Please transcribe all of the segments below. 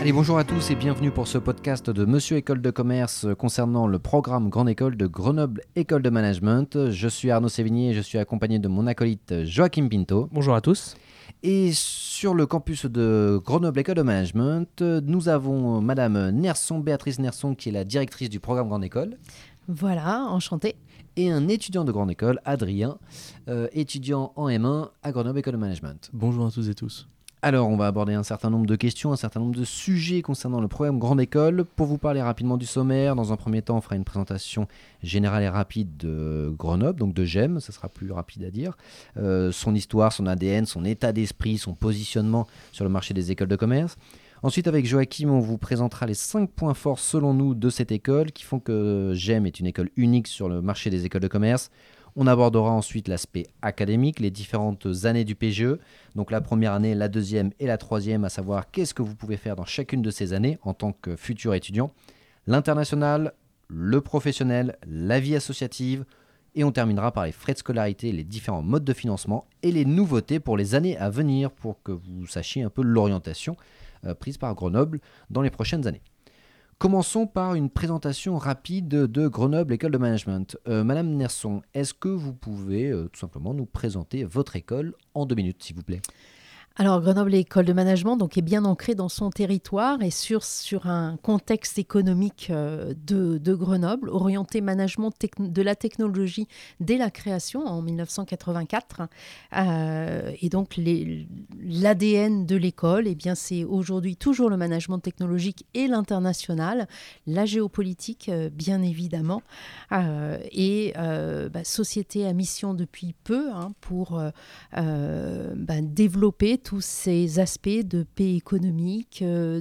Allez, bonjour à tous et bienvenue pour ce podcast de Monsieur École de Commerce concernant le programme Grande École de Grenoble École de Management. Je suis Arnaud Sévigné et je suis accompagné de mon acolyte Joachim Pinto. Bonjour à tous. Et sur le campus de Grenoble École de Management, nous avons Madame Nerson, Béatrice Nerson, qui est la directrice du programme Grande École. Voilà, enchantée. Et un étudiant de Grande École, Adrien, étudiant en M1 à Grenoble École de Management. Bonjour à tous et tous. Alors, on va aborder un certain nombre de questions, un certain nombre de sujets concernant le programme Grande École. Pour vous parler rapidement du sommaire, dans un premier temps, on fera une présentation générale et rapide de Grenoble, donc de GEM, ça sera plus rapide à dire. Son histoire, son ADN, son état d'esprit, son positionnement sur le marché des écoles de commerce. Ensuite, avec Joachim, on vous présentera les 5 points forts selon nous de cette école qui font que GEM est une école unique sur le marché des écoles de commerce. On abordera ensuite l'aspect académique, les différentes années du PGE, donc la première année, la deuxième et la troisième, à savoir qu'est-ce que vous pouvez faire dans chacune de ces années en tant que futur étudiant, l'international, le professionnel, la vie associative, et on terminera par les frais de scolarité, les différents modes de financement et les nouveautés pour les années à venir pour que vous sachiez un peu l'orientation prise par Grenoble dans les prochaines années. Commençons par une présentation rapide de Grenoble École de Management. Madame Nerson, est-ce que vous pouvez tout simplement nous présenter votre école en 2 minutes, s'il vous plaît ? Alors, Grenoble École de Management donc, est bien ancrée dans son territoire et sur un contexte économique de Grenoble, orienté management de la technologie dès la création en 1984. Et donc, l'ADN de l'école, eh bien, c'est aujourd'hui toujours le management technologique et l'international, la géopolitique, bien évidemment, et société à mission depuis peu pour développer tous ces aspects de paix économique,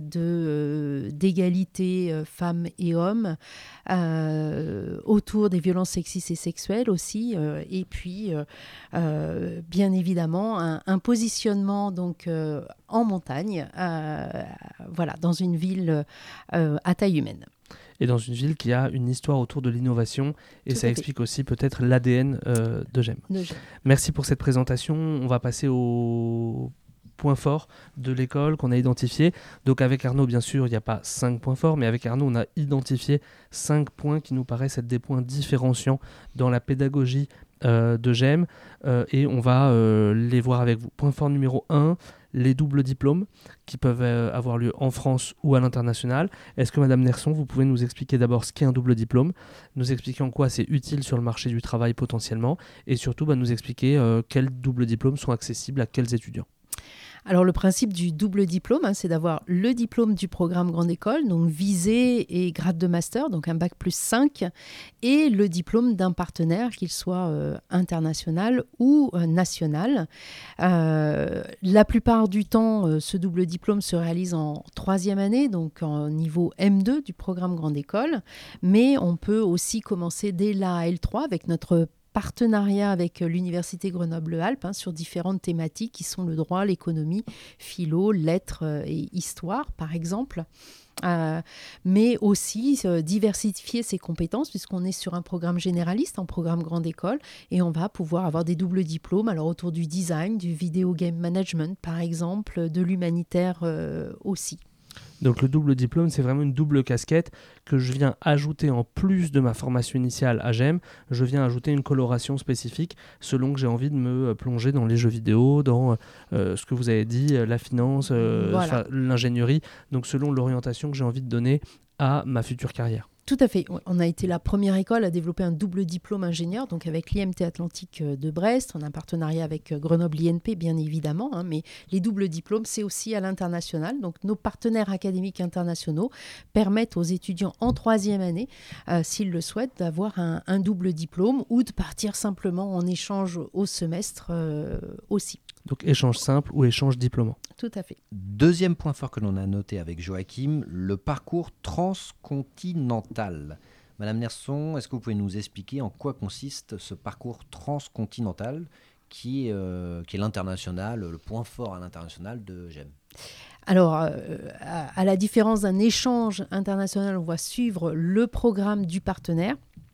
d'égalité femmes et hommes, autour des violences sexistes et sexuelles aussi, et puis bien évidemment un positionnement donc en montagne, dans une ville à taille humaine. Et dans une ville qui a une histoire autour de l'innovation, et ça explique aussi peut-être l'ADN de GEM. Merci pour cette présentation. On va passer au point fort de l'école qu'on a identifié. Donc avec Arnaud, bien sûr, il n'y a pas 5 points forts, mais avec Arnaud, on a identifié 5 points qui nous paraissent être des points différenciants dans la pédagogie de GEM, et on va les voir avec vous. Point fort numéro 1, les doubles diplômes qui peuvent avoir lieu en France ou à l'international. Est-ce que Madame Nerson, vous pouvez nous expliquer d'abord ce qu'est un double diplôme, nous expliquer en quoi c'est utile sur le marché du travail potentiellement, et surtout nous expliquer quels doubles diplômes sont accessibles à quels étudiants? Alors, le principe du double diplôme, c'est d'avoir le diplôme du programme Grande École, donc visée et grade de master, donc un bac plus 5, et le diplôme d'un partenaire, qu'il soit international ou national. La plupart du temps, ce double diplôme se réalise en 3e année, donc en niveau M2 du programme Grande École, mais on peut aussi commencer dès la L3 avec notre partenariat avec l'Université Grenoble-Alpes sur différentes thématiques qui sont le droit, l'économie, philo, lettres et histoire, par exemple. Mais aussi diversifier ses compétences puisqu'on est sur un programme généraliste, un programme grande école, et on va pouvoir avoir des doubles diplômes alors autour du design, du video game management, par exemple, de l'humanitaire aussi. Donc le double diplôme, c'est vraiment une double casquette que je viens ajouter en plus de ma formation initiale à GEM. Je viens ajouter une coloration spécifique selon que j'ai envie de me plonger dans les jeux vidéo, dans ce que vous avez dit, la finance, l'ingénierie, donc selon l'orientation que j'ai envie de donner à ma future carrière. Tout à fait. On a été la première école à développer un double diplôme ingénieur, donc avec l'IMT Atlantique de Brest. On a un partenariat avec Grenoble INP, bien évidemment, mais les doubles diplômes, c'est aussi à l'international. Donc nos partenaires académiques internationaux permettent aux étudiants en 3e année, s'ils le souhaitent, d'avoir un double diplôme ou de partir simplement en échange au semestre aussi. Donc échange simple ou échange diplômant. Tout à fait. Deuxième point fort que l'on a noté avec Joachim, le parcours transcontinental. Madame Nerson, est-ce que vous pouvez nous expliquer en quoi consiste ce parcours transcontinental qui est l'international, le point fort à l'international de GEM? Alors, à la différence d'un échange international, on va suivre le programme du partenaire.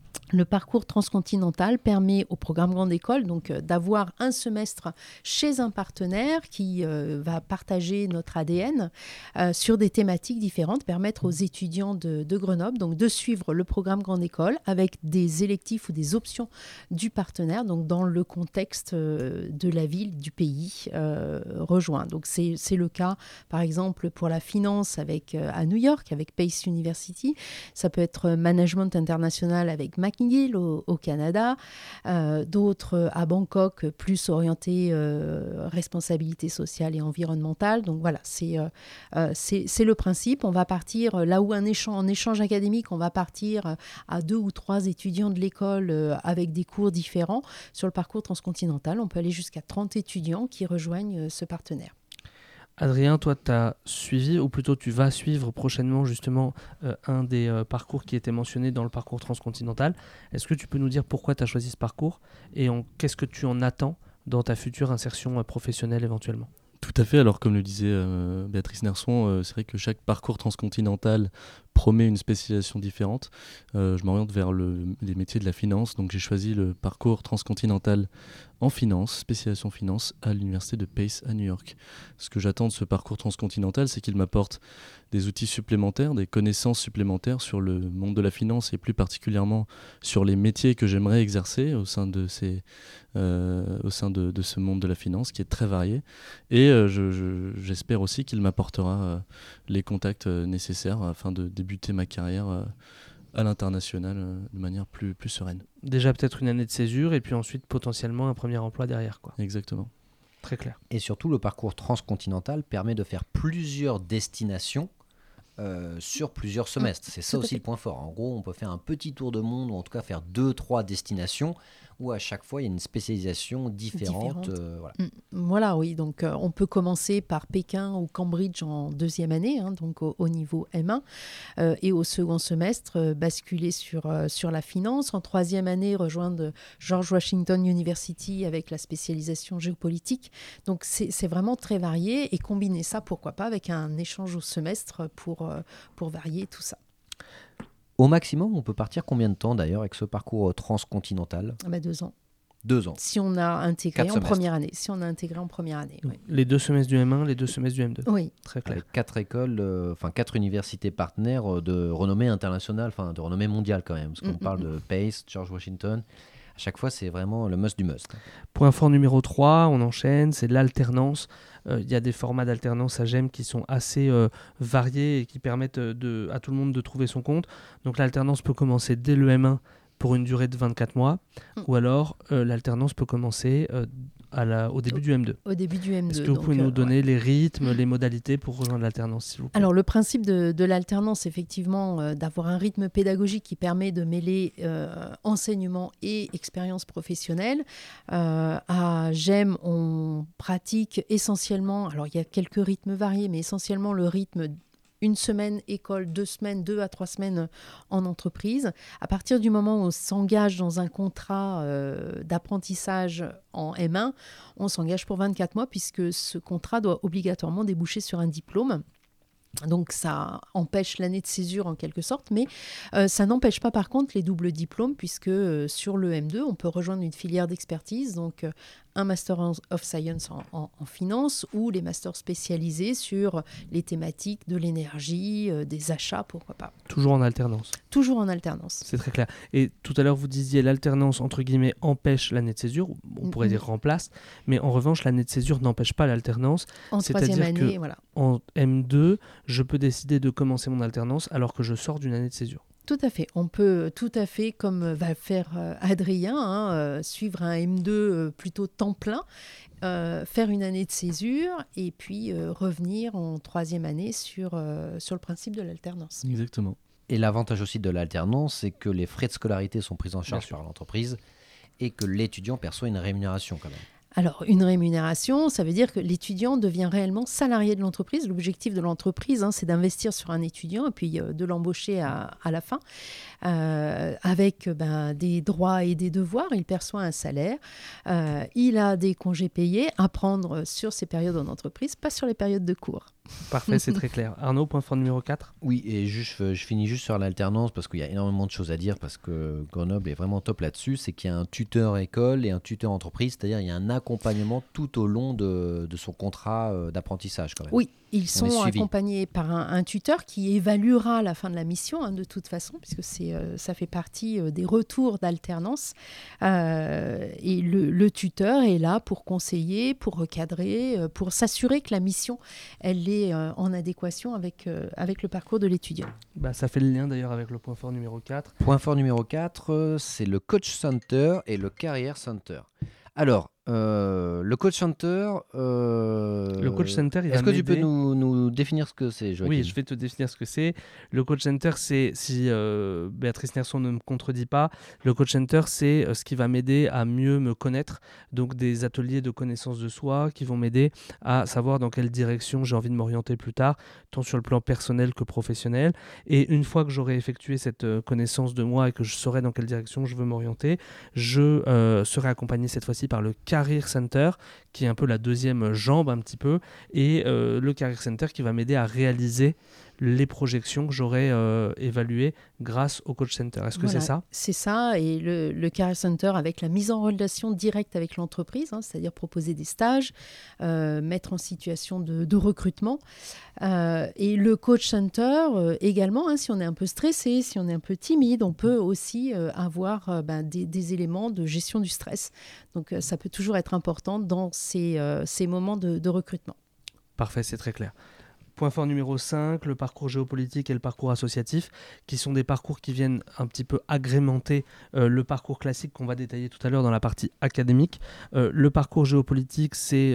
Le parcours transcontinental permet au programme Grande École donc, d'avoir un semestre chez un partenaire qui va partager notre ADN sur des thématiques différentes, permettre aux étudiants de Grenoble donc, de suivre le programme Grande École avec des électifs ou des options du partenaire donc, dans le contexte de la ville, du pays rejoint. Donc, c'est le cas, par exemple, pour la finance à New York avec Pace University. Ça peut être management international avec McGill au Canada, d'autres à Bangkok plus orientés responsabilité sociale et environnementale. Donc voilà, c'est le principe. On va partir là où en échange académique, on va partir à 2 ou 3 étudiants de l'école avec des cours différents. Sur le parcours transcontinental, on peut aller jusqu'à 30 étudiants qui rejoignent ce partenaire. Adrien, toi, tu as suivi, ou plutôt tu vas suivre prochainement justement un des parcours qui était mentionné dans le parcours transcontinental. Est-ce que tu peux nous dire pourquoi tu as choisi ce parcours et qu'est-ce que tu en attends dans ta future insertion professionnelle éventuellement ? Tout à fait. Alors, comme le disait Béatrice Nerson, c'est vrai que chaque parcours transcontinental promet une spécialisation différente. Je m'oriente vers les métiers de la finance, donc j'ai choisi le parcours transcontinental en finance, spécialisation finance à l'université de Pace à New York. Ce que j'attends de ce parcours transcontinental, c'est qu'il m'apporte des outils supplémentaires, des connaissances supplémentaires sur le monde de la finance et plus particulièrement sur les métiers que j'aimerais exercer au sein de ce monde de la finance qui est très varié. Et j'espère aussi qu'il m'apportera les contacts nécessaires afin de débuter ma carrière à l'international de manière plus sereine. Déjà peut-être une année de césure et puis ensuite potentiellement un premier emploi derrière, quoi. Exactement. Très clair. Et surtout, le parcours transcontinental permet de faire plusieurs destinations sur plusieurs semestres. C'est ça aussi le point fort. En gros, on peut faire un petit tour de monde ou en tout cas faire 2-3 destinations où à chaque fois il y a une spécialisation différente. Voilà. Voilà, oui. Donc on peut commencer par Pékin ou Cambridge en 2e année, donc au niveau M1, et au second semestre basculer sur la finance. En 3e année, rejoindre George Washington University avec la spécialisation géopolitique. Donc c'est vraiment très varié et combiner ça, pourquoi pas, avec un échange au semestre pour varier tout ça. Au maximum, on peut partir combien de temps d'ailleurs avec ce parcours transcontinental ? 2 ans. 2 ans. Si on a intégré 4 en première année. Si on a intégré en première année. Oui. Les 2 semestres du M1, les 2 semestres du M2. Oui. Très clair. Avec 4 écoles, 4 universités partenaires de renommée internationale, de renommée mondiale quand même. Parce qu'on parle de Pace, George Washington. À chaque fois, c'est vraiment le must du must. Point fort numéro 3, on enchaîne, c'est l'alternance. Il y a des formats d'alternance à GEM qui sont assez variés et qui permettent à tout le monde de trouver son compte. Donc l'alternance peut commencer dès le M1 pour une durée de 24 mois, ou alors l'alternance peut commencer au début du M2. Au début du M2. Est-ce que vous pouvez nous donner les rythmes, les modalités pour rejoindre l'alternance, s'il vous plaît ? Alors, le principe de l'alternance, effectivement, d'avoir un rythme pédagogique qui permet de mêler enseignement et expérience professionnelle. À GEM, on pratique essentiellement, alors il y a quelques rythmes variés, mais essentiellement le rythme 1 semaine école, 2 semaines, 2 à 3 semaines en entreprise. À partir du moment où on s'engage dans un contrat d'apprentissage en M1, on s'engage pour 24 mois puisque ce contrat doit obligatoirement déboucher sur un diplôme. Donc ça empêche l'année de césure en quelque sorte, mais ça n'empêche pas par contre les doubles diplômes puisque sur le M2, on peut rejoindre une filière d'expertise, donc un Master of Science en finance ou les masters spécialisés sur les thématiques de l'énergie, des achats, pourquoi pas. Toujours en alternance. Toujours en alternance. C'est très clair. Et tout à l'heure, vous disiez l'alternance, entre guillemets, empêche l'année de césure. On pourrait dire remplace. Mais en revanche, l'année de césure n'empêche pas l'alternance. En 3e année, voilà. En M2, je peux décider de commencer mon alternance alors que je sors d'une année de césure. Tout à fait. On peut tout à fait, comme va faire Adrien, suivre un M2 plutôt temps plein, faire une année de césure et puis revenir en 3e année sur le principe de l'alternance. Exactement. Et l'avantage aussi de l'alternance, c'est que les frais de scolarité sont pris en charge par l'entreprise et que l'étudiant perçoit une rémunération quand même. Alors, une rémunération, ça veut dire que l'étudiant devient réellement salarié de l'entreprise. L'objectif de l'entreprise, c'est d'investir sur un étudiant et puis de l'embaucher à la fin. Avec des droits et des devoirs, il perçoit un salaire. Il a des congés payés à prendre sur ses périodes en entreprise, pas sur les périodes de cours. Parfait, c'est très clair. Arnaud, point fort numéro 4. Oui, et je finis juste sur l'alternance parce qu'il y a énormément de choses à dire parce que Grenoble est vraiment top là-dessus. C'est qu'il y a un tuteur école et un tuteur entreprise, c'est-à-dire il y a un accompagnement tout au long de son contrat d'apprentissage quand même. Oui, ils sont accompagnés par un tuteur qui évaluera à la fin de la mission, de toute façon, puisque ça fait partie des retours d'alternance. Et le tuteur est là pour conseiller, pour recadrer, pour s'assurer que la mission, elle est en adéquation avec le parcours de l'étudiant. Ça fait le lien d'ailleurs avec le point fort numéro 4. Point fort numéro 4, c'est le Coach Center et le Career Center. Alors, le Coach Center... Le Coach Center, est-ce que tu peux nous définir ce que c'est, Joachim ? Oui, je vais te définir ce que c'est. Le Coach Center, c'est, si Béatrice Nerson ne me contredit pas, le Coach Center, c'est ce qui va m'aider à mieux me connaître. Donc, des ateliers de connaissance de soi qui vont m'aider à savoir dans quelle direction j'ai envie de m'orienter plus tard, tant sur le plan personnel que professionnel. Et une fois que j'aurai effectué cette connaissance de moi et que je saurai dans quelle direction je veux m'orienter, je serai accompagné cette fois-ci par le Career Center, qui est un peu la deuxième jambe un petit peu, et le Career Center qui va m'aider à réaliser les projections que j'aurai évaluées grâce au Coach Center. Est-ce que c'est ça ? C'est ça, et le Career Center avec la mise en relation directe avec l'entreprise, c'est-à-dire proposer des stages, mettre en situation de recrutement. Et le Coach Center également, si on est un peu stressé, si on est un peu timide, on peut aussi avoir des éléments de gestion du stress. Donc ça peut toujours être important dans ces moments de recrutement. Parfait, c'est très clair. Point fort numéro 5, le parcours géopolitique et le parcours associatif, qui sont des parcours qui viennent un petit peu agrémenter le parcours classique qu'on va détailler tout à l'heure dans la partie académique. Le parcours géopolitique, c'est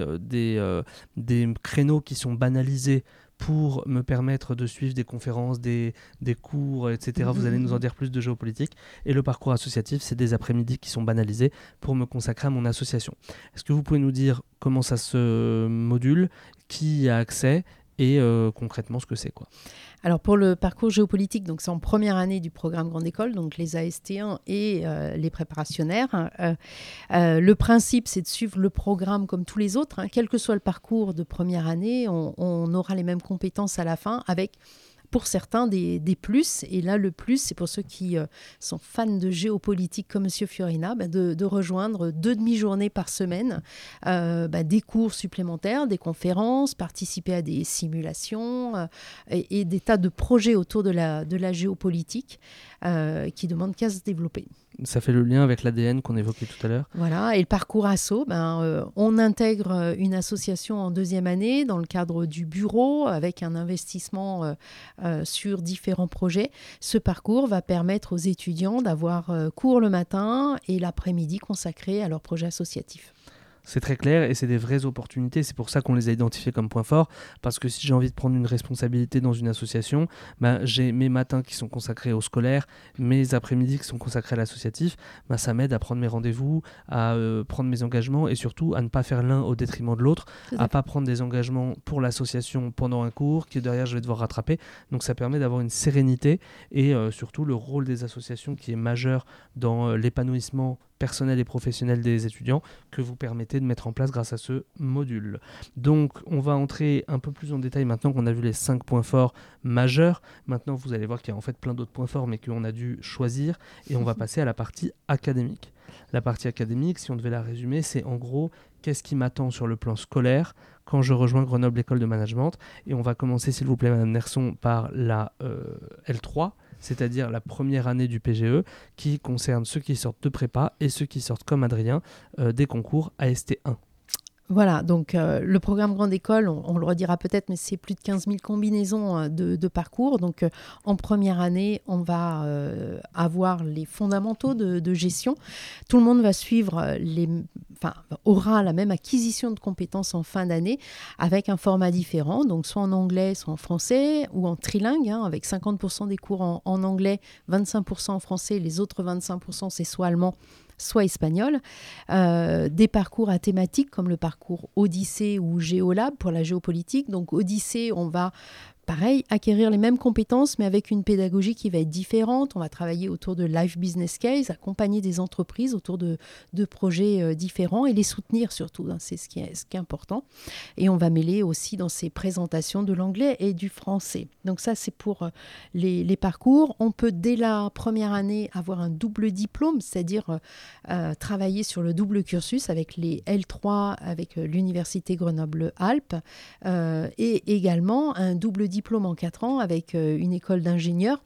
des créneaux qui sont banalisés pour me permettre de suivre des conférences, des cours, etc. Vous allez nous en dire plus de géopolitique. Et le parcours associatif, c'est des après-midi qui sont banalisés pour me consacrer à mon association. Est-ce que vous pouvez nous dire comment ça se module, qui y a accès et concrètement ce que c'est, quoi. Alors pour le parcours géopolitique, donc c'est en première année du programme Grande École, donc les AST1 et les préparationnaires. Le principe, c'est de suivre le programme comme tous les autres, quel que soit le parcours de première année, on aura les mêmes compétences à la fin avec... Pour certains, des plus. Et là, le plus, c'est pour ceux qui sont fans de géopolitique comme M. Fiorina, de rejoindre 2 demi-journées par semaine, des cours supplémentaires, des conférences, participer à des simulations et des tas de projets autour de la géopolitique qui demandent qu'à se développer. Ça fait le lien avec l'ADN qu'on évoquait tout à l'heure. Voilà, et le parcours asso, on intègre une association en 2e année dans le cadre du bureau avec un investissement sur différents projets. Ce parcours va permettre aux étudiants d'avoir cours le matin et l'après-midi consacré à leur projet associatif. C'est très clair et c'est des vraies opportunités. C'est pour ça qu'on les a identifiés comme point fort. Parce que si j'ai envie de prendre une responsabilité dans une association, j'ai mes matins qui sont consacrés au scolaire, mes après-midi qui sont consacrés à l'associatif. Ça m'aide à prendre mes rendez-vous, à prendre mes engagements et surtout à ne pas faire l'un au détriment de l'autre, à ne pas prendre des engagements pour l'association pendant un cours que derrière je vais devoir rattraper. Donc ça permet d'avoir une sérénité et surtout le rôle des associations qui est majeur dans l'épanouissement personnel et professionnel des étudiants que vous permettez de mettre en place grâce à ce module. Donc on va entrer un peu plus en détail maintenant qu'on a vu les 5 points forts majeurs. Maintenant vous allez voir qu'il y a en fait plein d'autres points forts mais qu'on a dû choisir et on va passer à la partie académique. La partie académique, si on devait la résumer, c'est en gros qu'est-ce qui m'attend sur le plan scolaire quand je rejoins Grenoble École de Management. Et on va commencer s'il vous plaît Madame Nerson par la L3, c'est-à-dire la première année du PGE, qui concerne ceux qui sortent de prépa et ceux qui sortent, comme Adrien, des concours AST1. Voilà, donc le programme Grande École, on le redira peut-être, mais c'est plus de 15 000 combinaisons de parcours. Donc en première année, on va avoir les fondamentaux de gestion. Tout le monde va suivre aura la même acquisition de compétences en fin d'année avec un format différent, donc soit en anglais, soit en français ou en trilingue, avec 50% des cours en anglais, 25% en français, les autres 25% c'est soit allemand, soit espagnol, des parcours à thématique comme le parcours Odyssée ou Géolab pour la géopolitique. Donc Odyssée, on va pareil, acquérir les mêmes compétences, mais avec une pédagogie qui va être différente. On va travailler autour de Life Business Case, accompagner des entreprises autour de projets différents et les soutenir surtout. Hein, c'est ce qui est important. Et on va mêler aussi dans ces présentations de l'anglais et du français. Donc ça, c'est pour les parcours. On peut, dès la première année, avoir un double diplôme, c'est-à-dire travailler sur le double cursus avec les L3, avec l'Université Grenoble-Alpes, et également un double diplôme en 4 ans avec une école d'ingénieurs,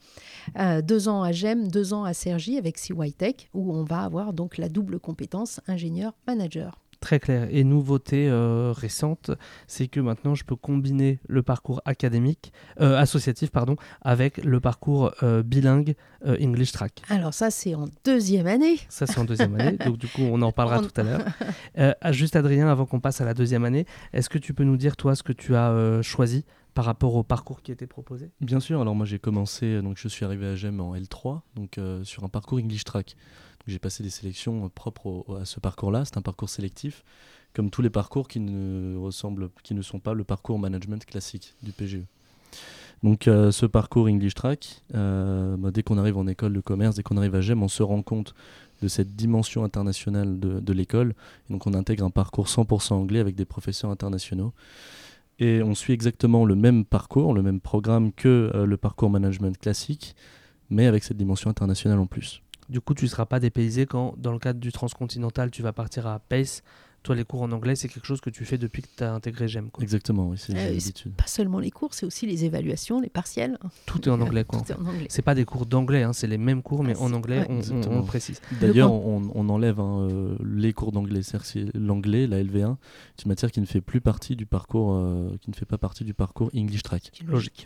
2 ans à GEM, 2 ans à Cergy avec CY Tech, où on va avoir donc la double compétence ingénieur-manager. Très clair. Et nouveauté récente, c'est que maintenant je peux combiner le parcours associatif avec le parcours bilingue English Track. Alors ça, c'est en 2e année. Ça, c'est en 2e année. Donc du coup, on en parlera tout à l'heure. Juste Adrien, avant qu'on passe à la 2e année, est-ce que tu peux nous dire, toi, ce que tu as choisi par rapport au parcours qui était proposé ? Bien sûr. Alors moi, j'ai commencé, donc je suis arrivé à GEM en L3, donc sur un parcours English Track. J'ai passé des sélections propres à ce parcours-là. C'est un parcours sélectif, comme tous les parcours qui ne sont pas le parcours management classique du PGE. Donc ce parcours English Track, dès qu'on arrive en école de commerce, dès qu'on arrive à GEM, on se rend compte de cette dimension internationale de l'école. Et donc on intègre un parcours 100% anglais avec des professeurs internationaux. Et on suit exactement le même parcours, le même programme que le parcours management classique, mais avec cette dimension internationale en plus. Du coup, tu ne seras pas dépaysé quand, dans le cadre du transcontinental, tu vas partir à Pace. Toi, les cours en anglais, c'est quelque chose que tu fais depuis que tu as intégré GEM. Quoi. Exactement, oui, c'est l'habitude. Pas seulement les cours, c'est aussi les évaluations, les partiels. Tout est en anglais, quoi. Tout est en anglais. C'est pas des cours d'anglais, hein, c'est les mêmes cours, mais en anglais, on le précise. D'ailleurs, on enlève les cours d'anglais. C'est-à-dire que l'anglais, la LV1, c'est une matière qui ne fait plus partie du parcours, qui ne fait pas partie du parcours English Track. Logique.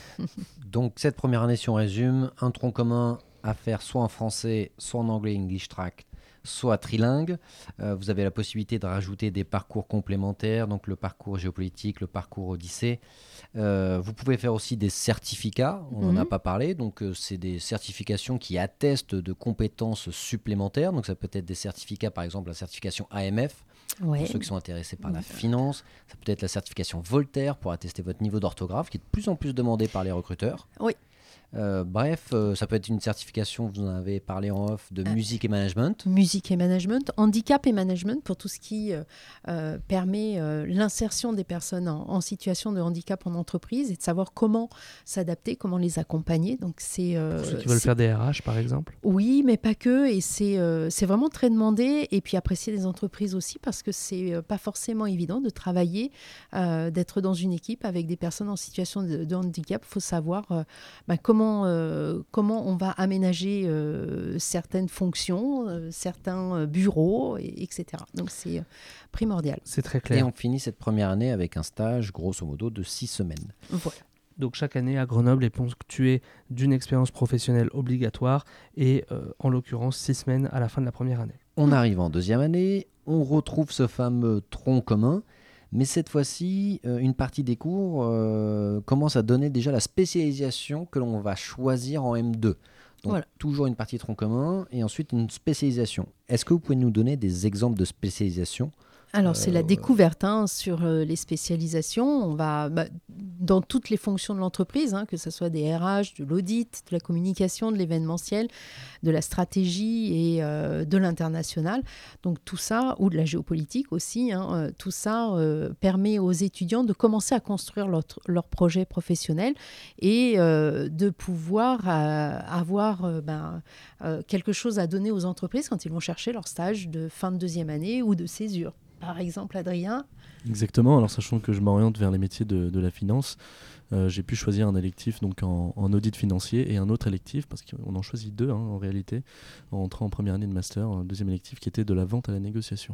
Donc cette première année, si on résume, un tronc commun à faire soit en français, soit en anglais English Track, soit trilingue. Vous avez la possibilité de rajouter des parcours complémentaires, donc le parcours géopolitique, le parcours Odyssée. Vous pouvez faire aussi des certificats, on n'en a pas parlé, donc c'est des certifications qui attestent de compétences supplémentaires. Donc ça peut être des certificats, par exemple la certification AMF, pour ceux qui sont intéressés par la finance. Ça peut être la certification Voltaire pour attester votre niveau d'orthographe, qui est de plus en plus demandé par les recruteurs. Oui. Ça peut être une certification, vous en avez parlé en off, de musique et management. Musique et management, handicap et management pour tout ce qui permet l'insertion des personnes en situation de handicap en entreprise et de savoir comment s'adapter, comment les accompagner. Donc c'est, pour ceux qui veulent faire des RH par exemple. Oui, mais pas que. Et c'est vraiment très demandé. Et puis apprécier les entreprises aussi parce que c'est pas forcément évident de travailler, d'être dans une équipe avec des personnes en situation de handicap. Il faut savoir comment on va aménager certaines fonctions, certains bureaux, etc. Donc c'est primordial. C'est très clair. Et on finit cette première année avec un stage, grosso modo, de 6 semaines. Voilà. Donc chaque année à Grenoble est ponctuée d'une expérience professionnelle obligatoire et en l'occurrence 6 semaines à la fin de la première année. On arrive en 2e année, on retrouve ce fameux tronc commun. Mais cette fois-ci, une partie des cours commence à donner déjà la spécialisation que l'on va choisir en M2. Donc toujours une partie tronc commun et ensuite une spécialisation. Est-ce que vous pouvez nous donner des exemples de spécialisation ? Alors, c'est la découverte sur les spécialisations. On va dans toutes les fonctions de l'entreprise, que ce soit des RH, de l'audit, de la communication, de l'événementiel, de la stratégie et de l'international. Donc, tout ça, ou de la géopolitique aussi, tout ça permet aux étudiants de commencer à construire leur projet professionnel et de pouvoir avoir quelque chose à donner aux entreprises quand ils vont chercher leur stage de fin de 2e année ou de césure. Par exemple, Adrien. Exactement. Alors, sachant que je m'oriente vers les métiers de la finance, j'ai pu choisir un électif donc en audit financier et un autre électif, parce qu'on en choisit 2 en réalité, en entrant en première année de master, un 2e électif qui était de la vente à la négociation.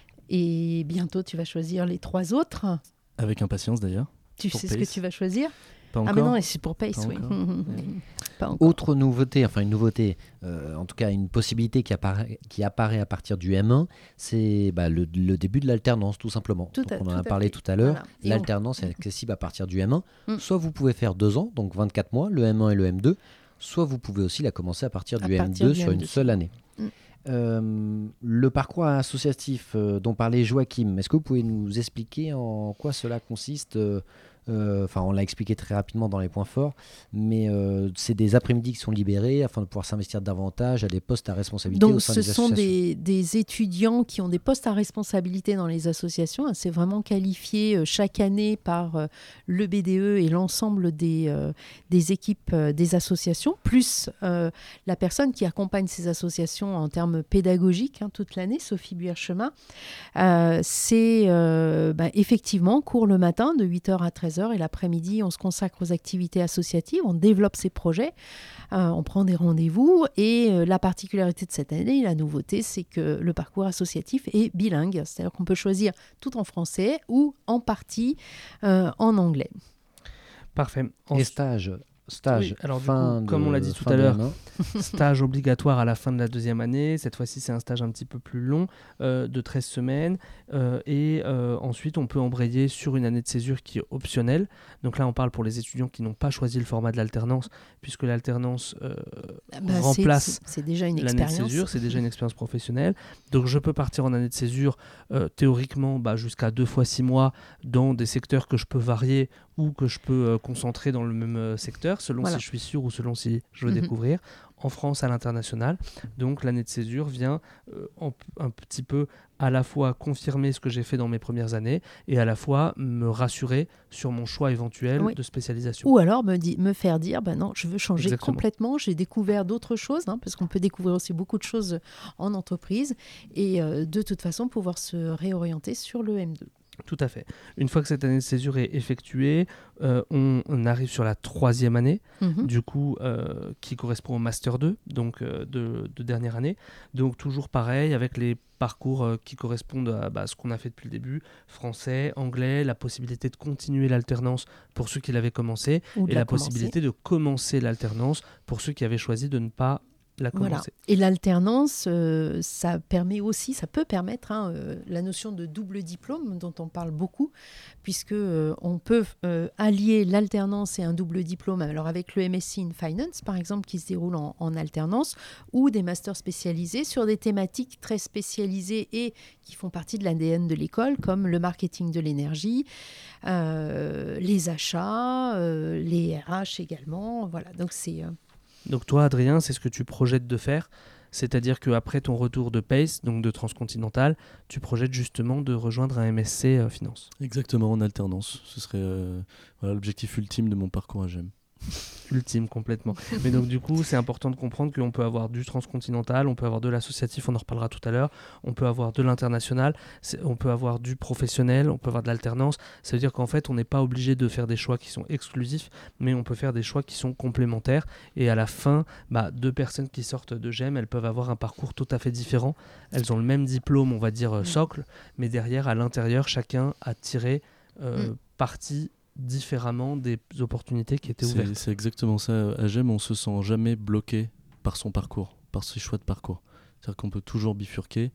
Et bientôt, tu vas choisir les 3 autres. Avec impatience d'ailleurs. Tu sais ce que tu vas choisir ? Pas encore. Ah mais non, et c'est pour Pace, oui. Pas encore. Autre nouveauté, en tout cas une possibilité qui apparaît à partir du M1, c'est le début de l'alternance tout simplement. On en a parlé tout à l'heure. Voilà. L'alternance est accessible à partir du M1. Soit vous pouvez faire 2 ans, donc 24 mois, le M1 et le M2, soit vous pouvez aussi la commencer à partir du M2 sur une seule année. Le parcours associatif dont parlait Joachim, est-ce que vous pouvez nous expliquer en quoi cela consiste on l'a expliqué très rapidement dans les points forts, mais c'est des après-midi qui sont libérés afin de pouvoir s'investir davantage à des postes à responsabilité au sein des associations. Donc, ce sont des étudiants qui ont des postes à responsabilité dans les associations. C'est vraiment qualifié chaque année par le BDE et l'ensemble des équipes des associations, plus la personne qui accompagne ces associations en termes pédagogiques toute l'année, Sophie Buerchemin. C'est effectivement cours le matin de 8h à 13h et l'après-midi, on se consacre aux activités associatives, on développe ses projets, on prend des rendez-vous et la particularité de cette année, la nouveauté, c'est que le parcours associatif est bilingue, c'est-à-dire qu'on peut choisir tout en français ou en partie en anglais. Parfait. Et stage. Oui. Alors du coup, comme on l'a dit tout à l'heure, stage obligatoire à la fin de la deuxième année. Cette fois-ci, c'est un stage un petit peu plus long, de 13 semaines. Et ensuite, on peut embrayer sur une année de césure qui est optionnelle. Donc là, on parle pour les étudiants qui n'ont pas choisi le format de l'alternance, puisque l'alternance remplace c'est déjà une l'année de expérience. césure. C'est déjà une expérience professionnelle. Donc je peux partir en année de césure, théoriquement, jusqu'à 2 fois 6 mois dans des secteurs que je peux varier ou que je peux concentrer dans le même secteur, selon si je suis sûr ou selon si je veux découvrir, en France, à l'international. Donc l'année de césure vient un petit peu à la fois confirmer ce que j'ai fait dans mes premières années et à la fois me rassurer sur mon choix éventuel de spécialisation. Ou alors me faire dire, non, je veux changer Exactement. complètement, j'ai découvert d'autres choses, parce qu'on peut découvrir aussi beaucoup de choses en entreprise et de toute façon pouvoir se réorienter sur le M2. Tout à fait. Une fois que cette année de césure est effectuée, on arrive sur la 3e année, du coup, qui correspond au Master 2, donc de dernière année. Donc toujours pareil, avec les parcours qui correspondent à ce qu'on a fait depuis le début, français, anglais, la possibilité de continuer l'alternance pour ceux qui l'avaient commencé, et la possibilité de commencer l'alternance pour ceux qui avaient choisi de ne pas la commencer. Voilà. Et l'alternance, ça peut permettre la notion de double diplôme dont on parle beaucoup, puisque on peut allier l'alternance et un double diplôme, alors avec le MSc in Finance par exemple qui se déroule en alternance, ou des masters spécialisés sur des thématiques très spécialisées et qui font partie de l'ADN de l'école, comme le marketing de l'énergie, les achats, les RH également. Voilà, donc c'est... Donc toi, Adrien, c'est ce que tu projettes de faire, c'est-à-dire qu'après ton retour de PACE, donc de Transcontinental, tu projettes justement de rejoindre un MSc Finance. Exactement, en alternance. Ce serait l'objectif ultime de mon parcours à GEM. Ultime, complètement. Mais donc du coup, c'est important de comprendre qu'on peut avoir du transcontinental, on peut avoir de l'associatif, on en reparlera tout à l'heure, on peut avoir de l'international, on peut avoir du professionnel, on peut avoir de l'alternance. Ça veut dire qu'en fait, on n'est pas obligé de faire des choix qui sont exclusifs, mais on peut faire des choix qui sont complémentaires. Et à la fin, 2 personnes qui sortent de GEM, elles peuvent avoir un parcours tout à fait différent. Elles ont le même diplôme, on va dire socle, mais derrière, à l'intérieur, chacun a tiré parti différemment des opportunités qui étaient ouvertes. C'est exactement ça. À GEM, on ne se sent jamais bloqué par son parcours, par ses choix de parcours. C'est-à-dire qu'on peut toujours bifurquer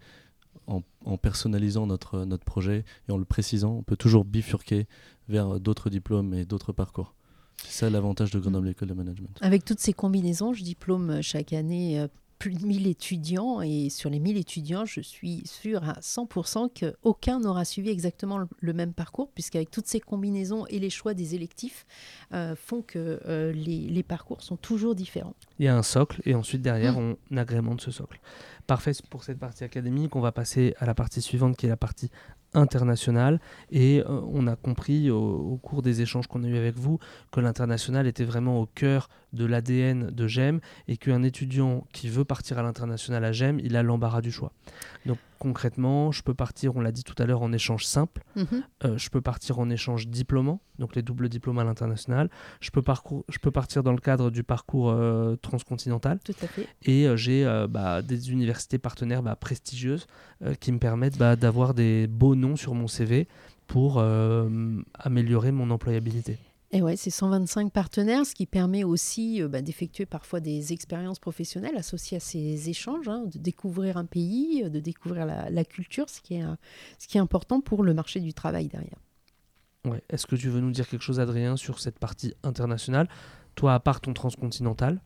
en personnalisant notre projet et en le précisant. On peut toujours bifurquer vers d'autres diplômes et d'autres parcours. C'est ça l'avantage de Grenoble École de Management. Avec toutes ces combinaisons, je diplôme chaque année plus de 1000 étudiants et sur les 1000 étudiants, je suis sûre à 100% qu'aucun n'aura suivi exactement le même parcours, puisqu'avec toutes ces combinaisons et les choix des électifs font que les parcours sont toujours différents. Il y a un socle et ensuite derrière on agrémente ce socle. Parfait pour cette partie académique, on va passer à la partie suivante qui est la partie internationale et on a compris au cours des échanges qu'on a eu avec vous que l'international était vraiment au cœur de l'ADN de GEM et qu'un étudiant qui veut partir à l'international à GEM, il a l'embarras du choix. Donc concrètement, je peux partir, on l'a dit tout à l'heure, en échange simple, je peux partir en échange diplômant, donc les doubles diplômes à l'international, je peux partir dans le cadre du parcours transcontinental. Tout à fait. Et j'ai des universités partenaires prestigieuses qui me permettent d'avoir des beaux noms sur mon CV pour améliorer mon employabilité. Et ouais, c'est 125 partenaires, ce qui permet aussi d'effectuer parfois des expériences professionnelles associées à ces échanges, de découvrir un pays, de découvrir la culture, ce qui est important pour le marché du travail derrière. Ouais. Est-ce que tu veux nous dire quelque chose, Adrien, sur cette partie internationale ? Toi, à part ton transcontinental,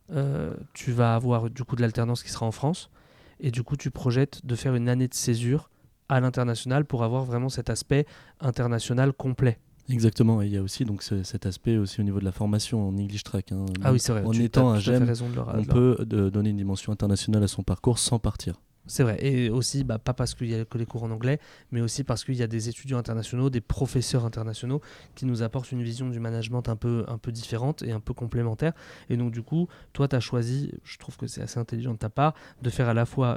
tu vas avoir du coup de l'alternance qui sera en France, et du coup tu projettes de faire une année de césure à l'international pour avoir vraiment cet aspect international complet. Exactement, et il y a aussi donc cet aspect aussi au niveau de la formation en English Track. Hein. Ah oui, c'est vrai. En étant un GEM, on peut donner une dimension internationale à son parcours sans partir. C'est vrai, et aussi pas parce qu'il y a que les cours en anglais, mais aussi parce qu'il y a des étudiants internationaux, des professeurs internationaux qui nous apportent une vision du management un peu différente et un peu complémentaire. Et donc du coup, toi tu as choisi, je trouve que c'est assez intelligent de ta part, de faire à la fois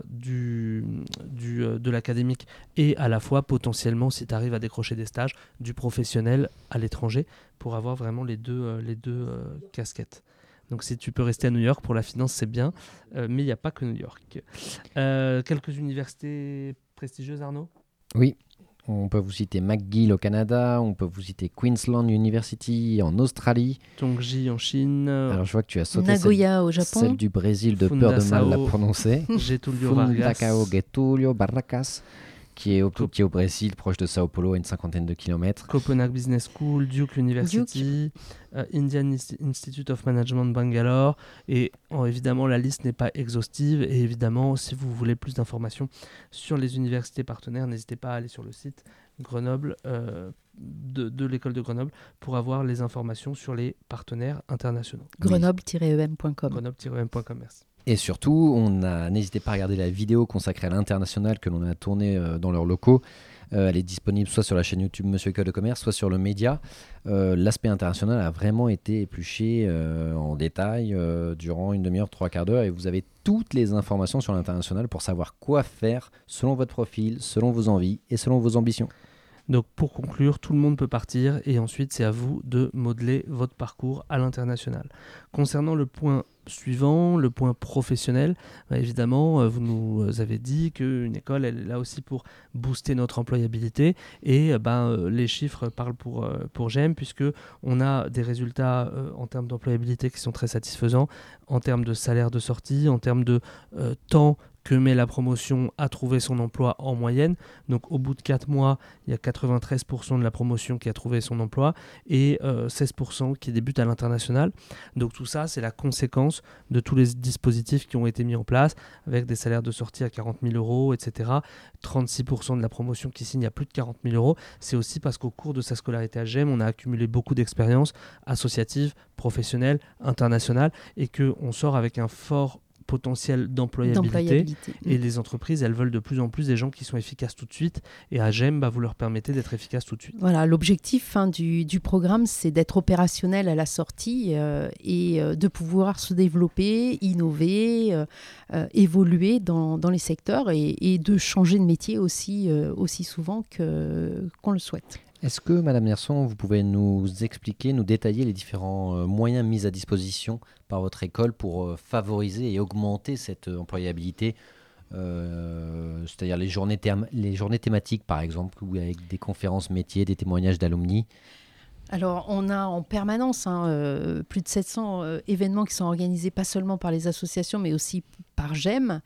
de l'académique et à la fois potentiellement, si tu arrives à décrocher des stages, du professionnel à l'étranger pour avoir vraiment les deux casquettes. Donc si tu peux rester à New York pour la finance, c'est bien, mais il n'y a pas que New York. Quelques universités prestigieuses, Arnaud ? Oui, on peut vous citer McGill au Canada, on peut vous citer Queensland University en Australie. Tongji en Chine. Alors je vois que tu as sauté Nagoya au Japon. Celle du Brésil de peur de mal la prononcer. Getúlio Vargas. Fundacao Getúlio Barracas. Qui est au Brésil, proche de Sao Paulo, à une 50aine de kilomètres. Copenhague Business School, Duke University, Indian Institute of Management Bangalore. Et évidemment, la liste n'est pas exhaustive. Et évidemment, si vous voulez plus d'informations sur les universités partenaires, n'hésitez pas à aller sur le site Grenoble, de l'école de Grenoble pour avoir les informations sur les partenaires internationaux. Grenoble-em.com. Grenoble-em.com, merci. Et surtout, n'hésitez pas à regarder la vidéo consacrée à l'international que l'on a tournée dans leurs locaux. Elle est disponible soit sur la chaîne YouTube Monsieur École de Commerce, soit sur le média. L'aspect international a vraiment été épluché en détail durant une demi-heure, 3/4 d'heure. Et vous avez toutes les informations sur l'international pour savoir quoi faire selon votre profil, selon vos envies et selon vos ambitions. Donc pour conclure, tout le monde peut partir et ensuite c'est à vous de modeler votre parcours à l'international. Concernant le point suivant, le point professionnel, évidemment, vous nous avez dit qu'une école, elle est là aussi pour booster notre employabilité et les chiffres parlent pour GEM puisque on a des résultats en termes d'employabilité qui sont très satisfaisants, en termes de salaire de sortie, en termes de temps que met la promotion à trouver son emploi en moyenne. Donc au bout de 4 mois, il y a 93% de la promotion qui a trouvé son emploi et 16% qui débutent à l'international. Donc tout ça, c'est la conséquence de tous les dispositifs qui ont été mis en place avec des salaires de sortie à 40 000 euros, etc. 36% de la promotion qui signe à plus de 40 000 euros. C'est aussi parce qu'au cours de sa scolarité à GEM, on a accumulé beaucoup d'expériences associatives, professionnelles, internationales et qu'on sort avec un fort potentiel d'employabilité. Et les entreprises, elles veulent de plus en plus des gens qui sont efficaces tout de suite et à GEM, vous leur permettez d'être efficaces tout de suite. Voilà, l'objectif du programme, c'est d'être opérationnel à la sortie et de pouvoir se développer, innover, évoluer dans les secteurs et de changer de métier aussi souvent qu'on le souhaite. Est-ce que, Madame Nerson, vous pouvez nous expliquer, nous détailler les différents moyens mis à disposition par votre école pour favoriser et augmenter cette employabilité, c'est-à-dire les journées thématiques, par exemple, ou avec des conférences métiers, des témoignages d'alumni? Alors, on a en permanence plus de 700 événements qui sont organisés pas seulement par les associations, mais aussi par GEM,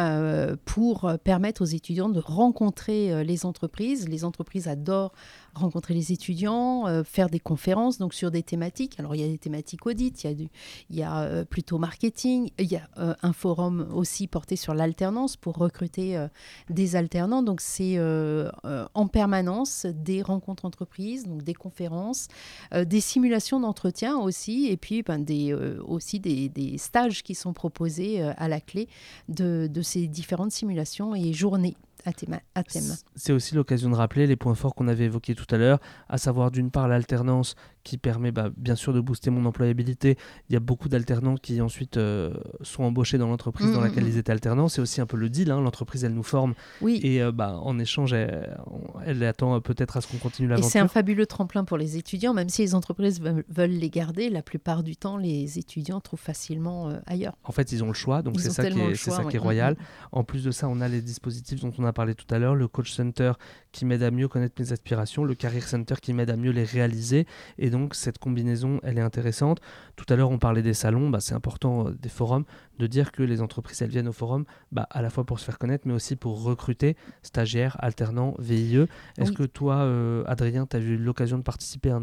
pour permettre aux étudiants de rencontrer les entreprises. Les entreprises adorent rencontrer les étudiants, faire des conférences donc sur des thématiques. Alors, il y a des thématiques audit, il y a plutôt marketing, il y a un forum aussi porté sur l'alternance pour recruter des alternants. Donc, c'est en permanence des rencontres entreprises, donc des conférences, des simulations d'entretien aussi, et puis aussi des stages qui sont proposés à la clé de ces différentes simulations et journées à thème. C'est aussi l'occasion de rappeler les points forts qu'on avait évoqués tout à l'heure, à savoir d'une part l'alternance qui permet bien sûr de booster mon employabilité. Il y a beaucoup d'alternants qui ensuite sont embauchés dans l'entreprise dans laquelle ils étaient alternants. C'est aussi un peu le deal, hein. L'entreprise elle nous forme et en échange elle attend peut-être à ce qu'on continue l'aventure. Et c'est un fabuleux tremplin pour les étudiants, même si les entreprises veulent les garder, la plupart du temps les étudiants trouvent facilement ailleurs. En fait ils ont le choix, donc c'est ça qui est royal. En plus de ça on a les dispositifs dont on a parlé tout à l'heure, le Coach Center qui m'aide à mieux connaître mes aspirations, le Career Center qui m'aide à mieux les réaliser, et donc cette combinaison elle est intéressante. Tout à l'heure on parlait des salons, c'est important des forums, de dire que les entreprises elles viennent au forum à la fois pour se faire connaître mais aussi pour recruter stagiaires, alternants, VIE. Est-ce que toi Adrien tu as eu l'occasion de participer à un de ces forums ?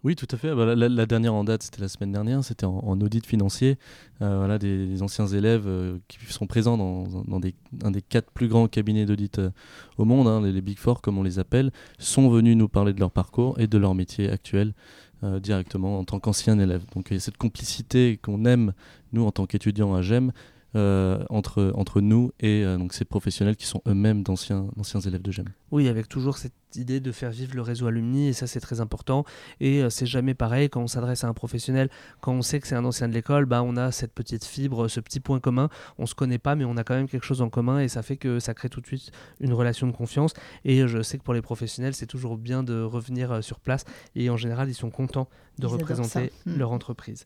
Oui, tout à fait. La dernière en date, c'était la semaine dernière, c'était en audit financier. Des anciens élèves qui sont présents dans un des 4 plus grands cabinets d'audit au monde, hein, les Big Four comme on les appelle, sont venus nous parler de leur parcours et de leur métier actuel directement en tant qu'anciens élèves. Donc il y a cette complicité qu'on aime, nous, en tant qu'étudiants à GEM, entre nous et donc ces professionnels qui sont eux-mêmes d'anciens élèves de GEM. Oui, avec toujours cette idée de faire vivre le réseau alumni, et ça c'est très important. Et c'est jamais pareil quand on s'adresse à un professionnel, quand on sait que c'est un ancien de l'école, on a cette petite fibre, ce petit point commun. On se connaît pas, mais on a quand même quelque chose en commun, et ça fait que ça crée tout de suite une relation de confiance. Et je sais que pour les professionnels, c'est toujours bien de revenir sur place, et en général, ils sont contents de représenter leur entreprise.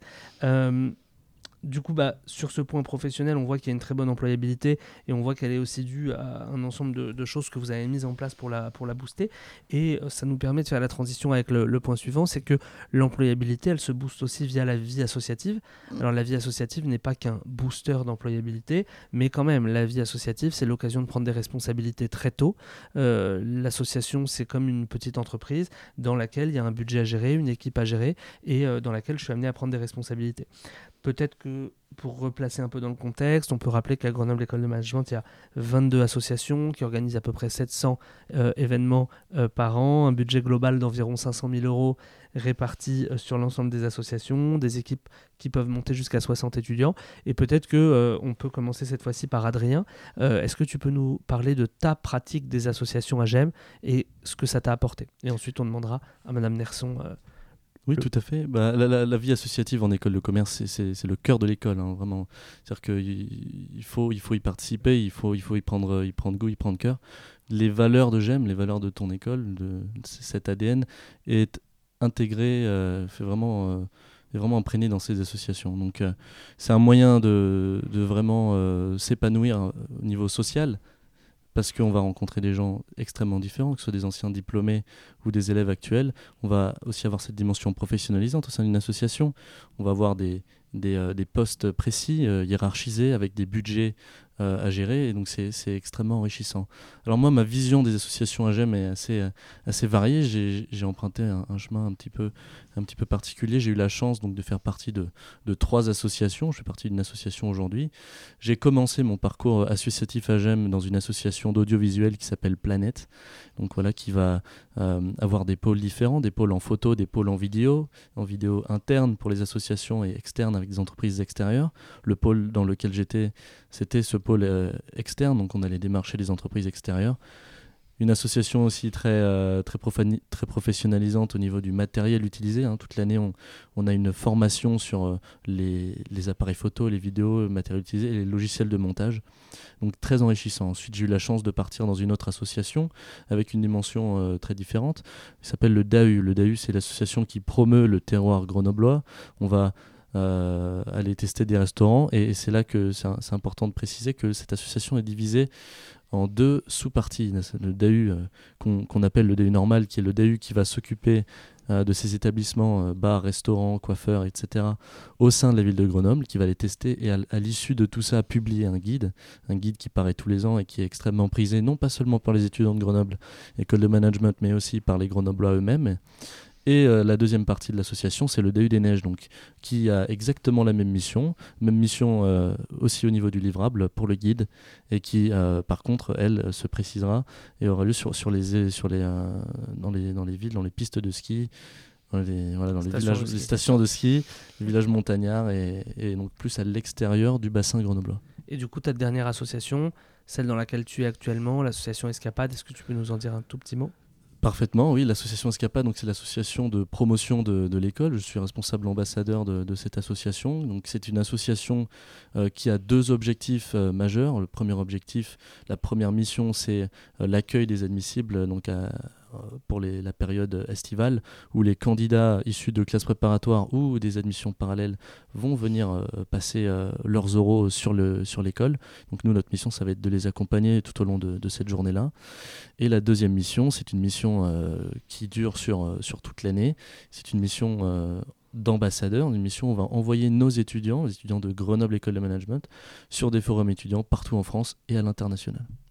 Du coup, sur ce point professionnel, on voit qu'il y a une très bonne employabilité et on voit qu'elle est aussi due à un ensemble de choses que vous avez mises en place pour la booster. Et ça nous permet de faire la transition avec le point suivant, c'est que l'employabilité, elle se booste aussi via la vie associative. Alors la vie associative n'est pas qu'un booster d'employabilité, mais quand même, la vie associative, c'est l'occasion de prendre des responsabilités très tôt. L'association, c'est comme une petite entreprise dans laquelle il y a un budget à gérer, une équipe à gérer et dans laquelle je suis amené à prendre des responsabilités. Peut-être que pour replacer un peu dans le contexte, on peut rappeler qu'à Grenoble École de Management, il y a 22 associations qui organisent à peu près 700 événements par an, un budget global d'environ 500 000 € répartis sur l'ensemble des associations, des équipes qui peuvent monter jusqu'à 60 étudiants. Et peut-être qu'on peut commencer cette fois-ci par Adrien. Est-ce que tu peux nous parler de ta pratique des associations à GEM et ce que ça t'a apporté ? Et ensuite, on demandera à Madame Nerson... Oui, tout à fait. La vie associative en école de commerce, c'est le cœur de l'école, hein, vraiment. C'est-à-dire qu'il faut y participer, il faut y prendre goût, y prendre cœur. Les valeurs de GEM, les valeurs de ton école, de cet ADN, est intégré, est vraiment imprégné dans ces associations. Donc, c'est un moyen de vraiment s'épanouir au niveau social, parce qu'on va rencontrer des gens extrêmement différents, que ce soit des anciens diplômés ou des élèves actuels. On va aussi avoir cette dimension professionnalisante au sein d'une association. On va avoir des postes précis, hiérarchisés, avec des budgets à gérer, et donc c'est extrêmement enrichissant. Alors moi, ma vision des associations à GEM est assez variée. J'ai emprunté un chemin un petit peu particulier. J'ai eu la chance donc de faire partie de 3 associations. Je fais partie d'une association aujourd'hui. J'ai commencé mon parcours associatif à GEM dans une association d'audiovisuel qui s'appelle Planète, donc voilà, qui va avoir des pôles différents, des pôles en photo, des pôles en vidéo interne pour les associations et externe avec des entreprises extérieures. Le pôle dans lequel j'étais, c'était ce pôle externe, donc on allait démarcher les entreprises extérieures. Une association aussi très professionnalisante au niveau du matériel utilisé, hein. Toute l'année, on a une formation sur les appareils photo, les vidéos, le matériel utilisé et les logiciels de montage. Donc très enrichissant. Ensuite, j'ai eu la chance de partir dans une autre association avec une dimension très différente. Il s'appelle le DAU. Le DAU, c'est l'association qui promeut le terroir grenoblois. On va aller tester des restaurants et c'est là que c'est important de préciser que cette association est divisée en 2 sous-parties. Le DAU qu'on appelle le DAU normal, qui est le DAU qui va s'occuper de ces établissements, bars, restaurants, coiffeurs, etc., au sein de la ville de Grenoble, qui va les tester et à l'issue de tout ça publier un guide qui paraît tous les ans et qui est extrêmement prisé, non pas seulement par les étudiants de Grenoble, école de management, mais aussi par les Grenoblois eux-mêmes. Et la deuxième partie de l'association, c'est le DAU des Neiges, donc, qui a exactement la même mission aussi au niveau du livrable pour le guide, et qui, par contre, elle, se précisera et aura lieu dans les villes, dans les pistes de ski, dans les stations de ski, les villages montagnards, et donc plus à l'extérieur du bassin grenoblois. Et du coup, ta dernière association, celle dans laquelle tu es actuellement, l'association Escapade, est-ce que tu peux nous en dire un tout petit mot ? Parfaitement, oui. L'association Escapade, donc c'est l'association de promotion de l'école. Je suis responsable ambassadeur de cette association. Donc c'est une association qui a 2 objectifs majeurs. Le premier objectif, la première mission, c'est l'accueil des admissibles, donc pour la période estivale, où les candidats issus de classes préparatoires ou des admissions parallèles vont venir passer leurs oraux sur l'école. Donc nous, notre mission, ça va être de les accompagner tout au long de cette journée-là. Et la deuxième mission, c'est une mission qui dure sur toute l'année. C'est une mission d'ambassadeurs, une mission où on va envoyer nos étudiants, les étudiants de Grenoble École de Management, sur des forums étudiants partout en France et à l'international.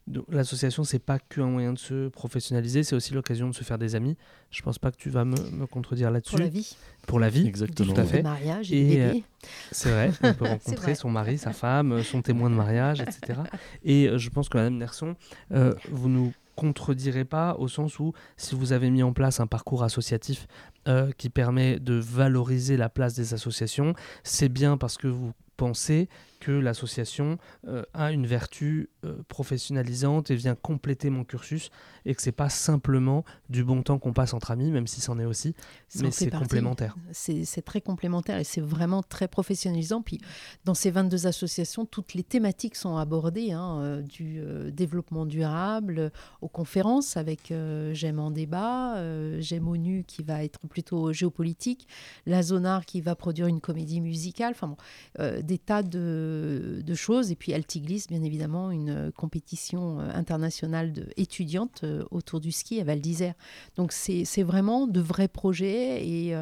Donc, l'association, c'est pas qu'un moyen de se professionnaliser, c'est aussi l'occasion de se faire des amis. Je pense pas que tu vas me contredire là-dessus. Pour la vie. Pour la vie, exactement. tout à fait. Le mariage et le bébé. C'est vrai, on peut rencontrer son mari, sa femme, son témoin de mariage, etc. Et je pense que Madame Nerson, vous nous contredirez pas au sens où si vous avez mis en place un parcours associatif qui permet de valoriser la place des associations, c'est bien parce que vous pensez que l'association a une vertu professionnalisante et vient compléter mon cursus et que c'est pas simplement du bon temps qu'on passe entre amis, même si c'en est aussi, mais c'est complémentaire. C'est très complémentaire et c'est vraiment très professionnalisant. Puis dans ces 22 associations, toutes les thématiques sont abordées, du développement durable aux conférences avec J'aime en débat, J'aime ONU qui va être plutôt géopolitique, la Zonar qui va produire une comédie musicale, enfin bon, des tas de choses. Et puis Altiglis, bien évidemment, une compétition internationale étudiante autour du ski à Val d'Isère. Donc c'est vraiment de vrais projets et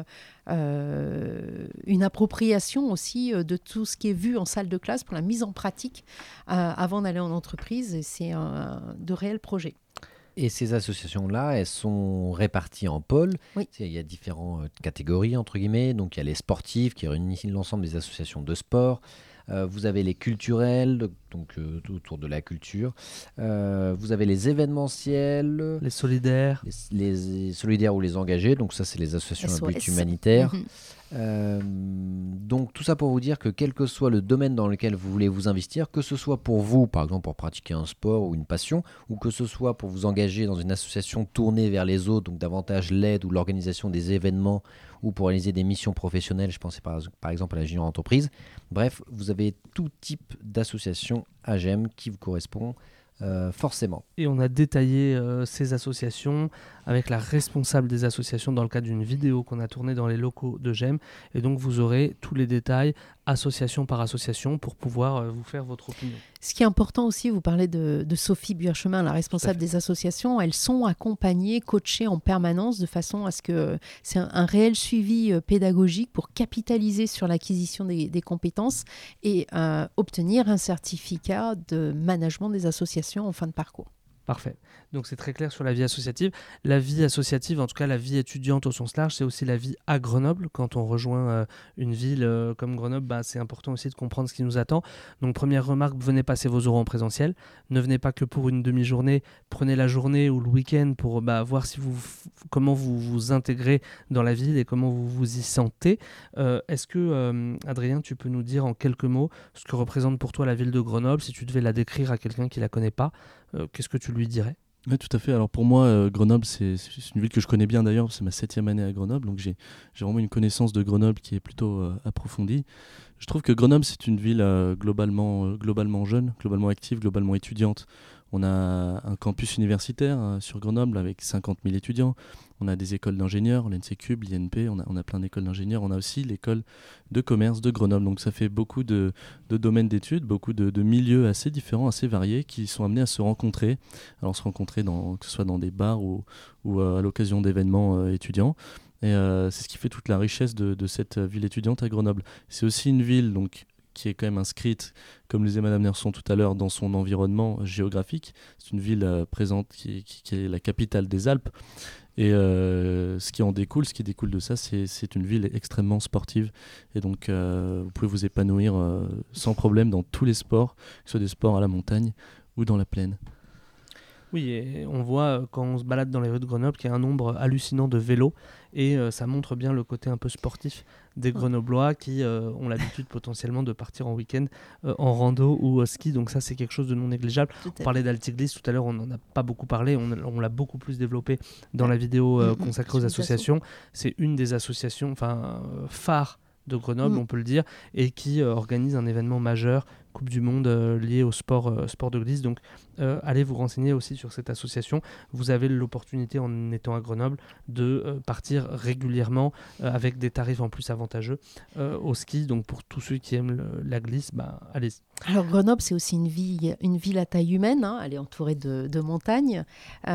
une appropriation aussi de tout ce qui est vu en salle de classe pour la mise en pratique avant d'aller en entreprise. Et c'est de réels projets. Et ces associations-là, elles sont réparties en pôles. Oui. Il y a différentes catégories, entre guillemets. Donc, il y a les sportifs qui réunissent l'ensemble des associations de sport. Vous avez les culturels, donc autour de la culture. Vous avez les événementiels. Les solidaires. Les solidaires ou les engagés. Donc, ça, c'est les associations à but SOS. humanitaire. Mm-hmm. Donc tout ça pour vous dire que quel que soit le domaine dans lequel vous voulez vous investir, que ce soit pour vous, par exemple pour pratiquer un sport ou une passion, ou que ce soit pour vous engager dans une association tournée vers les autres, donc davantage l'aide ou l'organisation des événements, ou pour réaliser des missions professionnelles, je pensais par exemple à la junior entreprise. Bref, vous avez tout type d'association AGEM qui vous correspond forcément. Et on a détaillé ces associations avec la responsable des associations dans le cadre d'une vidéo qu'on a tournée dans les locaux de GEM. Et donc vous aurez tous les détails, association par association, pour pouvoir vous faire votre opinion. Ce qui est important aussi, vous parlez de Sophie Buerchemin, la responsable des associations. Elles sont accompagnées, coachées en permanence de façon à ce que c'est un réel suivi pédagogique pour capitaliser sur l'acquisition des compétences et obtenir un certificat de management des associations en fin de parcours. Parfait. Donc c'est très clair sur la vie associative. La vie associative, en tout cas la vie étudiante au sens large, c'est aussi la vie à Grenoble. Quand on rejoint une ville comme Grenoble, c'est important aussi de comprendre ce qui nous attend. Donc première remarque, venez passer vos oraux en présentiel. Ne venez pas que pour une demi-journée. Prenez la journée ou le week-end pour voir si comment vous vous intégrez dans la ville et comment vous vous y sentez. Est-ce que, Adrien, tu peux nous dire en quelques mots ce que représente pour toi la ville de Grenoble, si tu devais la décrire à quelqu'un qui ne la connaît pas? Qu'est-ce que tu lui dirais? Oui, tout à fait. Alors pour moi, Grenoble, c'est une ville que je connais bien d'ailleurs. C'est ma 7e année à Grenoble, donc j'ai vraiment une connaissance de Grenoble qui est plutôt approfondie. Je trouve que Grenoble, c'est une ville globalement jeune, globalement active, globalement étudiante. On a un campus universitaire sur Grenoble avec 50 000 étudiants. On a des écoles d'ingénieurs, l'ENSECUB, l'INP, on a plein d'écoles d'ingénieurs. On a aussi l'école de commerce de Grenoble. Donc ça fait beaucoup de domaines d'études, beaucoup de milieux assez différents, assez variés qui sont amenés à se rencontrer. Alors se rencontrer que ce soit dans des bars ou à l'occasion d'événements étudiants. Et c'est ce qui fait toute la richesse de cette ville étudiante à Grenoble. C'est aussi une ville qui est quand même inscrite, comme le disait Madame Nerson tout à l'heure, dans son environnement géographique. C'est une ville présente qui est la capitale des Alpes. Et ce qui découle de ça, c'est une ville extrêmement sportive. Et donc, vous pouvez vous épanouir sans problème dans tous les sports, que ce soit des sports à la montagne ou dans la plaine. Oui, et on voit quand on se balade dans les rues de Grenoble qu'il y a un nombre hallucinant de vélos et ça montre bien le côté un peu sportif des Grenoblois qui ont l'habitude potentiellement de partir en week-end en rando ou au ski, donc ça c'est quelque chose de non négligeable. On parlait d'Altiglis tout à l'heure, on n'en a pas beaucoup parlé, on l'a beaucoup plus développé dans la vidéo consacrée aux associations. C'est une des associations phares de Grenoble, on peut le dire, et qui organise un événement majeur, Coupe du Monde lié au sport de glisse. Donc allez vous renseigner aussi sur cette association. Vous avez l'opportunité en étant à Grenoble de partir régulièrement avec des tarifs en plus avantageux au ski. Donc pour tous ceux qui aiment la glisse, allez-y. Alors Grenoble, c'est aussi une ville à taille humaine, elle est entourée de montagnes,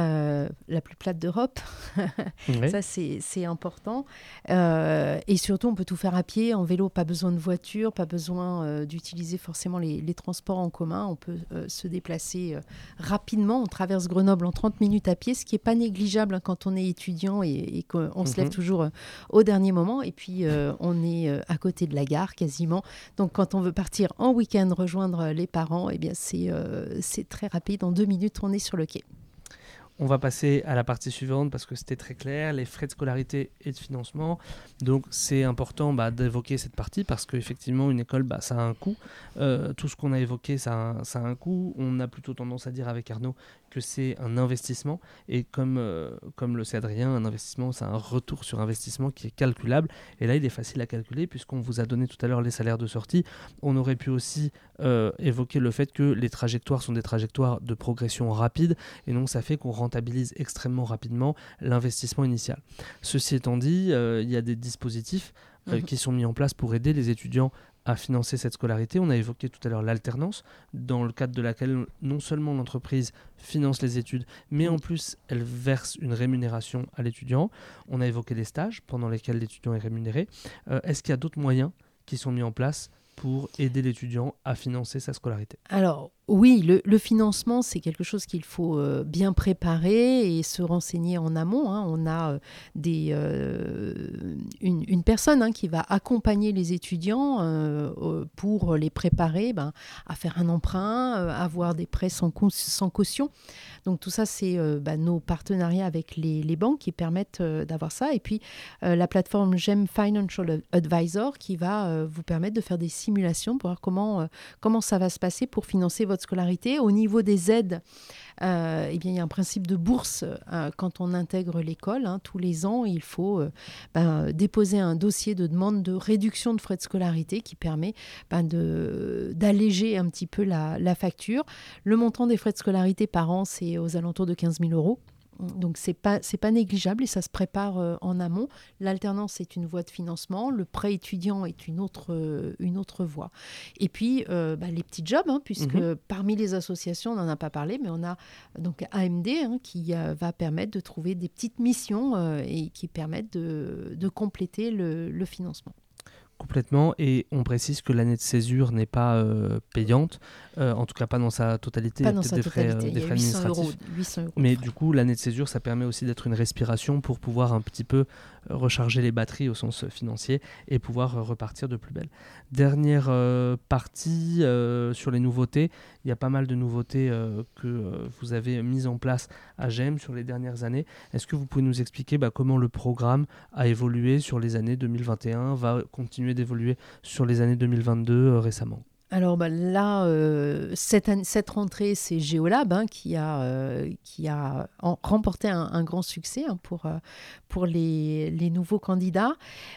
la plus plate d'Europe. Oui. Ça c'est important. Et surtout on peut tout faire à pied, en vélo, pas besoin de voiture, pas besoin d'utiliser forcément les les transports en commun. On peut se déplacer rapidement. On traverse Grenoble en 30 minutes à pied, ce qui n'est pas négligeable quand on est étudiant et qu'on se lève toujours au dernier moment. Et puis, on est à côté de la gare quasiment. Donc, quand on veut partir en week-end, rejoindre les parents, eh bien, c'est très rapide. En 2 minutes, on est sur le quai. On va passer à la partie suivante parce que c'était très clair, les frais de scolarité et de financement. Donc c'est important d'évoquer cette partie parce qu'effectivement une école, ça a un coût. Tout ce qu'on a évoqué, ça a un coût. On a plutôt tendance à dire avec Arnaud que c'est un investissement. Et comme le sait Adrien, un investissement, c'est un retour sur investissement qui est calculable. Et là, il est facile à calculer puisqu'on vous a donné tout à l'heure les salaires de sortie. On aurait pu aussi évoquer le fait que les trajectoires sont des trajectoires de progression rapide. Et donc ça fait qu'on rentabilise extrêmement rapidement l'investissement initial. Ceci étant dit, il y a des dispositifs qui sont mis en place pour aider les étudiants à financer cette scolarité. On a évoqué tout à l'heure l'alternance, dans le cadre de laquelle non seulement l'entreprise finance les études, mais en plus elle verse une rémunération à l'étudiant. On a évoqué les stages pendant lesquels l'étudiant est rémunéré. Est-ce qu'il y a d'autres moyens qui sont mis en place pour aider l'étudiant à financer sa scolarité ? Alors, oui, le financement, c'est quelque chose qu'il faut bien préparer et se renseigner en amont. On a une personne qui va accompagner les étudiants pour les préparer à faire un emprunt, avoir des prêts sans caution. Donc tout ça, c'est nos partenariats avec les banques qui permettent d'avoir ça. Et puis la plateforme GEM Financial Advisor qui va vous permettre de faire des simulations pour voir comment ça va se passer pour financer votre scolarité. Au niveau des aides, il y a un principe de bourse quand on intègre l'école. Tous les ans, il faut déposer un dossier de demande de réduction de frais de scolarité qui permet d'alléger un petit peu la facture. Le montant des frais de scolarité par an, c'est aux alentours de 15 000 €. Donc, c'est pas négligeable et ça se prépare en amont. L'alternance est une voie de financement. Le prêt étudiant est une autre voie. Et puis, les petits jobs, puisque parmi les associations, on n'en a pas parlé, mais on a donc AMD qui va permettre de trouver des petites missions et qui permettent de compléter le financement. Complètement, et on précise que l'année de césure n'est pas payante, en tout cas pas dans sa totalité. Pas dans sa totalité, il y a 800 €. Mais du coup, l'année de césure, ça permet aussi d'être une respiration pour pouvoir un petit peu recharger les batteries au sens financier et pouvoir repartir de plus belle. Dernière partie sur les nouveautés. Il y a pas mal de nouveautés que vous avez mises en place à GEM sur les dernières années. Est-ce que vous pouvez nous expliquer comment le programme a évolué sur les années 2021, va continuer d'évoluer sur les années 2022 récemment ? Alors là, cette rentrée, c'est Géolab qui a remporté un grand succès pour les nouveaux candidats.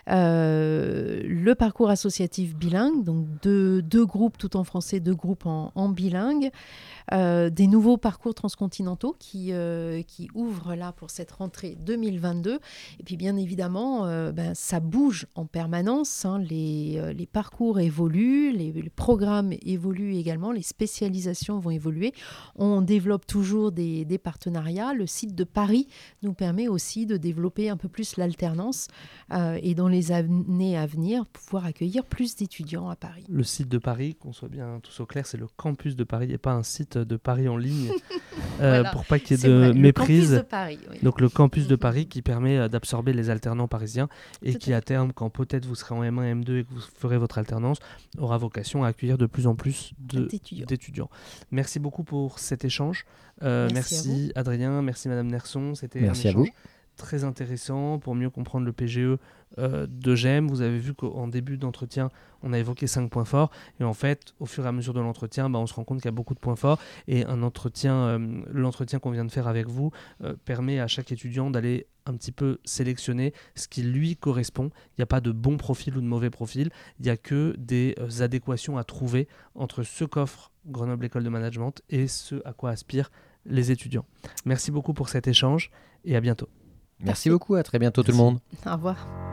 Le parcours associatif bilingue, donc deux groupes tout en français, 2 groupes en bilingue. Des nouveaux parcours transcontinentaux qui ouvrent là pour cette rentrée 2022. Et puis bien évidemment, ça bouge en permanence. Les parcours évoluent, les programmes évoluent également, les spécialisations vont évoluer. On développe toujours des partenariats. Le site de Paris nous permet aussi de développer un peu plus l'alternance et dans les années à venir, pouvoir accueillir plus d'étudiants à Paris. Le site de Paris, qu'on soit bien tous au clair, c'est le campus de Paris et pas un site de Paris en ligne voilà, pour pas qu'il y ait de méprise. Le campus de Paris, oui. Donc le campus de Paris qui permet d'absorber les alternants parisiens et qui à terme, quand peut-être vous serez en M1, M2 et que vous ferez votre alternance, aura vocation à accueillir de plus en plus d'étudiants. Merci beaucoup pour cet échange. Merci Adrien, merci Madame Nerson. C'était un échange très intéressant pour mieux comprendre le PGE de GEM. Vous avez vu qu'en début d'entretien, on a évoqué 5 points forts. Et en fait, au fur et à mesure de l'entretien, on se rend compte qu'il y a beaucoup de points forts. Et l'entretien qu'on vient de faire avec vous permet à chaque étudiant d'aller un petit peu sélectionner ce qui lui correspond. Il n'y a pas de bon profil ou de mauvais profil. Il n'y a que des adéquations à trouver entre ce qu'offre Grenoble École de Management et ce à quoi aspirent les étudiants. Merci beaucoup pour cet échange et à bientôt. Merci beaucoup, à très bientôt tout le monde. Au revoir.